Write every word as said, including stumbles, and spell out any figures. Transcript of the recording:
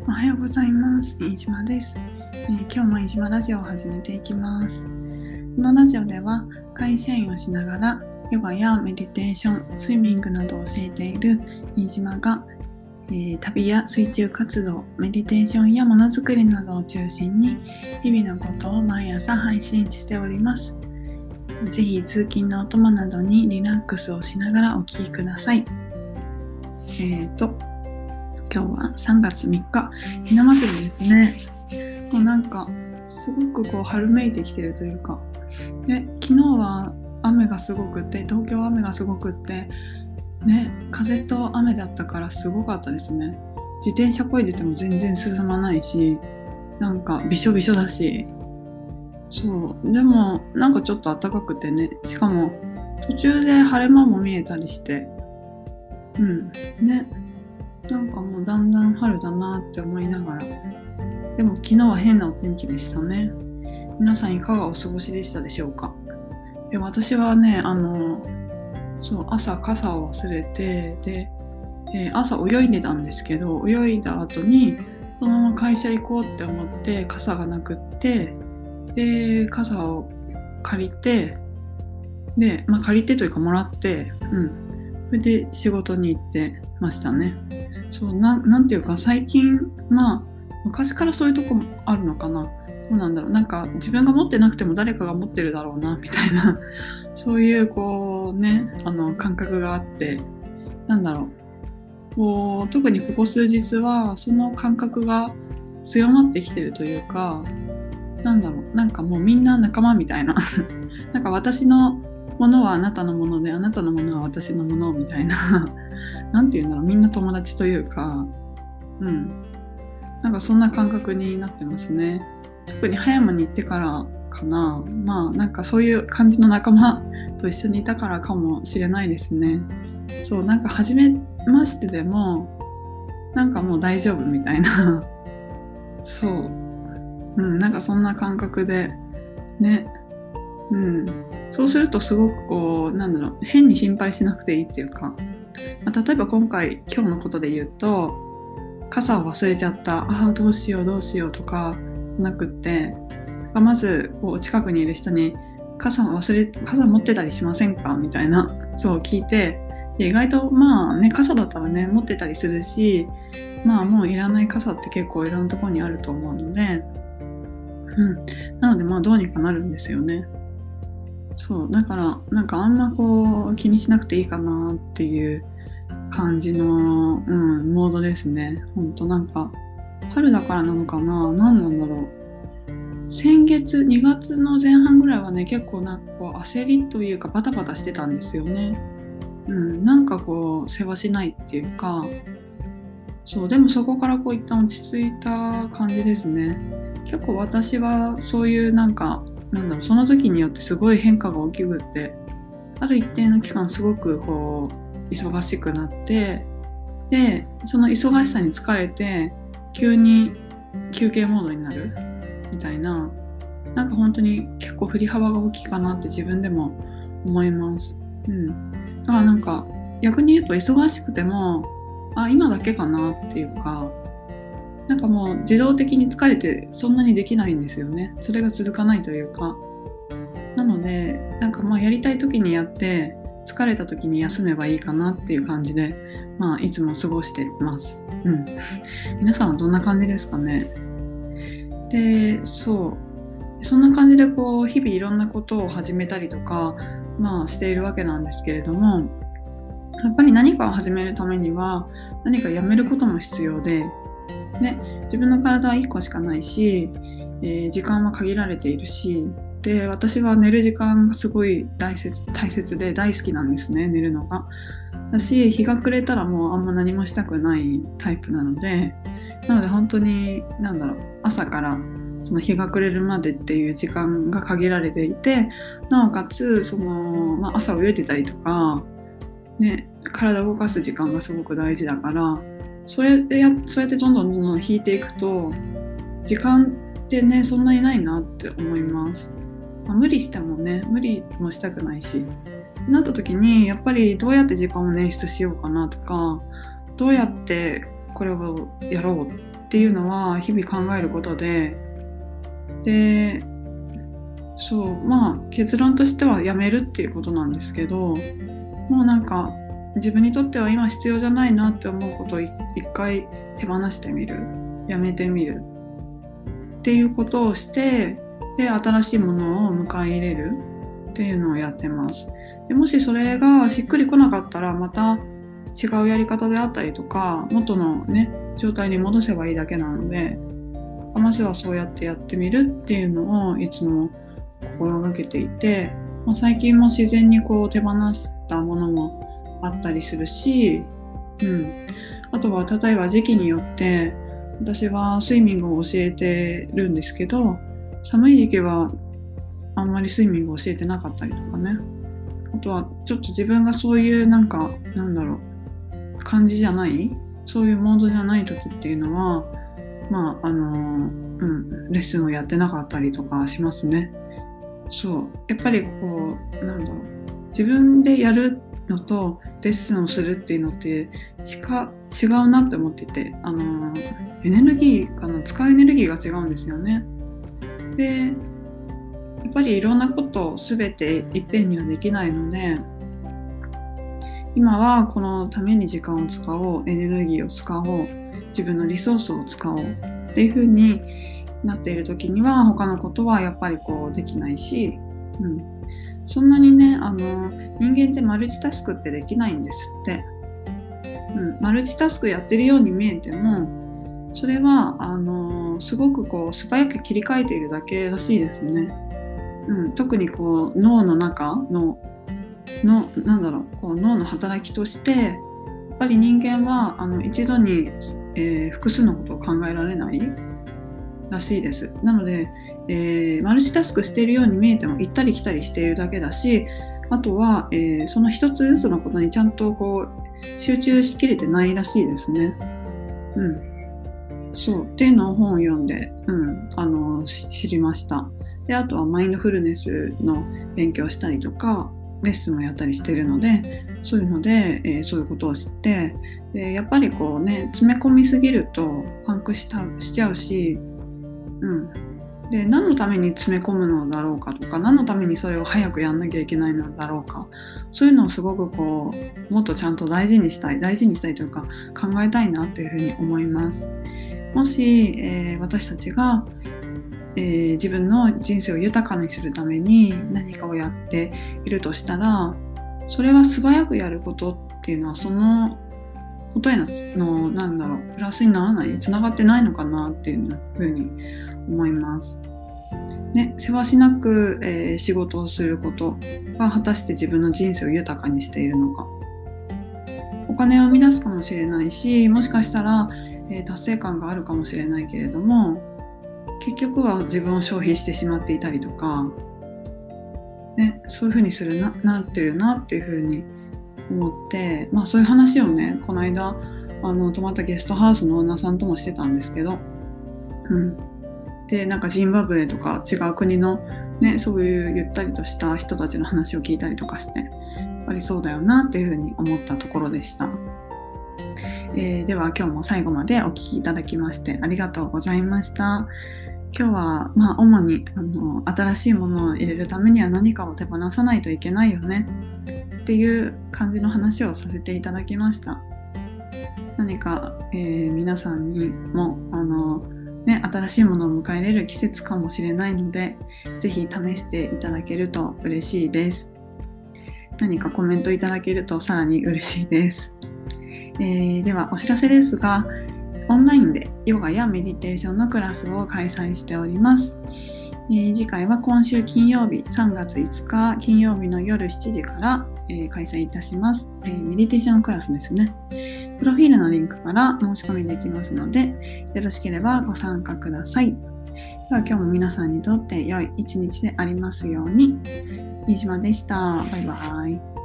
おはようございます。飯島です、えー、今日も飯島ラジオを始めていきます。このラジオでは会社員をしながらヨガやメディテーション、スイミングなどを教えている飯島が、えー、旅や水中活動、メディテーションやものづくりなどを中心に日々のことを毎朝配信しております。ぜひ通勤のお供などにリラックスをしながらお聞きください。えーと今日はさんがつみっか、ひな祭りですね。もうなんかすごくこう春めいてきてるというか、で昨日は雨がすごくって、東京は雨がすごくってね、風と雨だったからすごかったですね。自転車こいでても全然進まないし、なんかびしょびしょだし、そうでもなんかちょっと暖かくてね、しかも途中で晴れ間も見えたりして、うんね。なんかもうだんだん春だなって思いながら、でも昨日は変なお天気でしたね。皆さんいかがお過ごしでしたでしょうか。で、私はね、あのそう朝傘を忘れて、で、えー、朝泳いでたんですけど、泳いだ後にそのまま会社行こうって思って傘がなくって、で傘を借りて、で、まあ借りてというかもらって、うん、それで仕事に行ってましたね。そうな、なんていうか最近、まあ昔からそういうとこもあるのかな。どうなんだろう。なんか自分が持ってなくても誰かが持ってるだろうなみたいなそういうこうね、あの感覚があって、なんだろう。こう特にここ数日はその感覚が強まってきてるというか、なんだろう。なんかもうみんな仲間みたいななんか私のものはあなたのもので、あなたのものは私のものみたいななんていうんだろう、みんな友達というか、うんなんかそんな感覚になってますね。特に葉山に行ってからかな。まあなんかそういう感じの仲間と一緒にいたからかもしれないですね。そうなんか初めましてでもなんかもう大丈夫みたいなそううんなんかそんな感覚でね。うん、そうするとすごくこうなんだろう、変に心配しなくていいっていうか、まあ、例えば今回今日のことで言うと、傘を忘れちゃった、ああどうしようどうしようとかなくって、まずこう近くにいる人に傘忘れ傘持ってたりしませんかみたいなそう聞いて、意外とまあね傘だったらね持ってたりするし、まあもういらない傘って結構いろんなところにあると思うので、うんなのでまあどうにかなるんですよね。そうだからなんかあんまこう気にしなくていいかなっていう感じの、うん、モードですね。ほんとなんか春だからなのかな、何なんだろう。先月にがつの前半ぐらいはね結構なんかこう焦りというかバタバタしてたんですよね。うん、なんかこう世話しないっていうか、そうでもそこからこう一旦落ち着いた感じですね。結構私はそういうなんかなんだろう、その時によってすごい変化が大きくって、ある一定の期間すごくこう忙しくなって、でその忙しさに疲れて急に休憩モードになるみたいな、なんか本当に結構振り幅が大きいかなって自分でも思います。うん、だからなんか逆に言うと忙しくてもあ今だけかなっていうか、なんかもう自動的に疲れてそんなにできないんですよね。それが続かないというか。なのでなんかまあやりたい時にやって疲れた時に休めばいいかなっていう感じで、まあいつも過ごしてます。うん。皆さんはどんな感じですかね。で、そうそんな感じでこう日々いろんなことを始めたりとかまあしているわけなんですけれども、やっぱり何かを始めるためには何かやめることも必要で。ね、自分の体はいっこしかないし、えー、時間は限られているし、で私は寝る時間がすごい大切、大切で大好きなんですね、寝るのが。だし日が暮れたらもうあんま何もしたくないタイプなので、なので本当になんだろう、朝からその日が暮れるまでっていう時間が限られていて、なおかつその、まあ、朝泳いでたりとか、ね、体を動かす時間がすごく大事だから、それでやそうやってどんどんどんどん引いていくと時間ってねそんなにないなって思います。まあ、無理してもね無理もしたくないし、なった時にやっぱりどうやって時間を捻出しようかなとか、どうやってこれをやろうっっていうのは日々考えることで、で、そうまあ結論としてはやめるっていうことなんですけど、もうなんか自分にとっては今必要じゃないなって思うことを一回手放してみる、やめてみるっていうことをして、で新しいものを迎え入れるっていうのをやってます。でもしそれがしっくりこなかったらまた違うやり方であったりとか、元のね状態に戻せばいいだけなので、まずはそうやってやってみるっていうのをいつも心がけていて、まあ、最近も自然にこう手放したものもあったりするし、うん、あとは例えば時期によって私はスイミングを教えてるんですけど、寒い時期はあんまりスイミングを教えてなかったりとかね、あとはちょっと自分がそういうなんかなんだろう感じじゃない、そういうモードじゃない時っていうのはまああのうんレッスンをやってなかったりとかしますね。そうやっぱりこうなんだろう、自分でやるのとレッスンをするっていうのって近違うなって思ってて、あのエネルギーかな、使うエネルギーが違うんですよね。でやっぱりいろんなことを全ていっぺんにはできないので、今はこのために時間を使おう、エネルギーを使おう、自分のリソースを使おうっていう風になっている時には他のことはやっぱりこうできないし、うん、そんなにねあの人間ってマルチタスクってできないんですって、うん、マルチタスクやってるように見えてもそれはあのすごくこう素早く切り替えているだけらしいですね、うん、特にこう脳の中ののなんだろう、こう脳の働きとしてやっぱり人間はあの一度に、えー、複数のことを考えられないらしいです。なので、えー、マルチタスクしているように見えても行ったり来たりしているだけだし、あとは、えー、その一つずつのことにちゃんとこう集中しきれてないらしいですね。うん、そうっていうのを本を読んで、うん、あの知りました。で、あとはマインドフルネスの勉強したりとかレッスンをやったりしているので、そういうので、えー、そういうことを知って、でやっぱりこうね詰め込みすぎるとパンクしたしちゃうし、うん、で何のために詰め込むのだろうかとか、何のためにそれを早くやんなきゃいけないのだろうか、そういうのをすごくこうもっとちゃんと大事にしたい大事にしたいというか考えたいなというふうに思います。もし、えー、私たちが、えー、自分の人生を豊かにするために何かをやっているとしたら、それは素早くやることっていうのはそのことへのなんだろうプラスにならない、つながってないのかなっていうふうに思います。ね、せわしなく、えー、仕事をすることが果たして自分の人生を豊かにしているのか。お金を生み出すかもしれないし、もしかしたら、えー、達成感があるかもしれないけれども、結局は自分を消費してしまっていたりとか、ね、そういうふうにするな、なってるなっていうふうに思って、まあそういう話をね、この間あの泊まったゲストハウスのオーナーさんともしてたんですけど、うん、でなんかジンバブエとか違う国のね、そういうゆったりとした人たちの話を聞いたりとかして、やっぱりそうだよなっていうふうに思ったところでした。えー、では今日も最後までお聞きいただきましてありがとうございました。今日はまあ主にあの新しいものを入れるためには何かを手放さないといけないよねっていう感じの話をさせていただきました。何か、えー、皆さんにもあの、ね、新しいものを迎え入れる季節かもしれないので、ぜひ試していただけると嬉しいです。何かコメントいただけるとさらに嬉しいです。えー、ではお知らせですが、オンラインでヨガやメディテーションのクラスを開催しております。えー、次回は今週金曜日さんがついつか金曜日の夜しちじから、えー、開催いたします、えー。メディテーションクラスですね。プロフィールのリンクから申し込みできますので、よろしければご参加ください。では今日も皆さんにとって良い一日でありますように。飯島でした。バイバイ。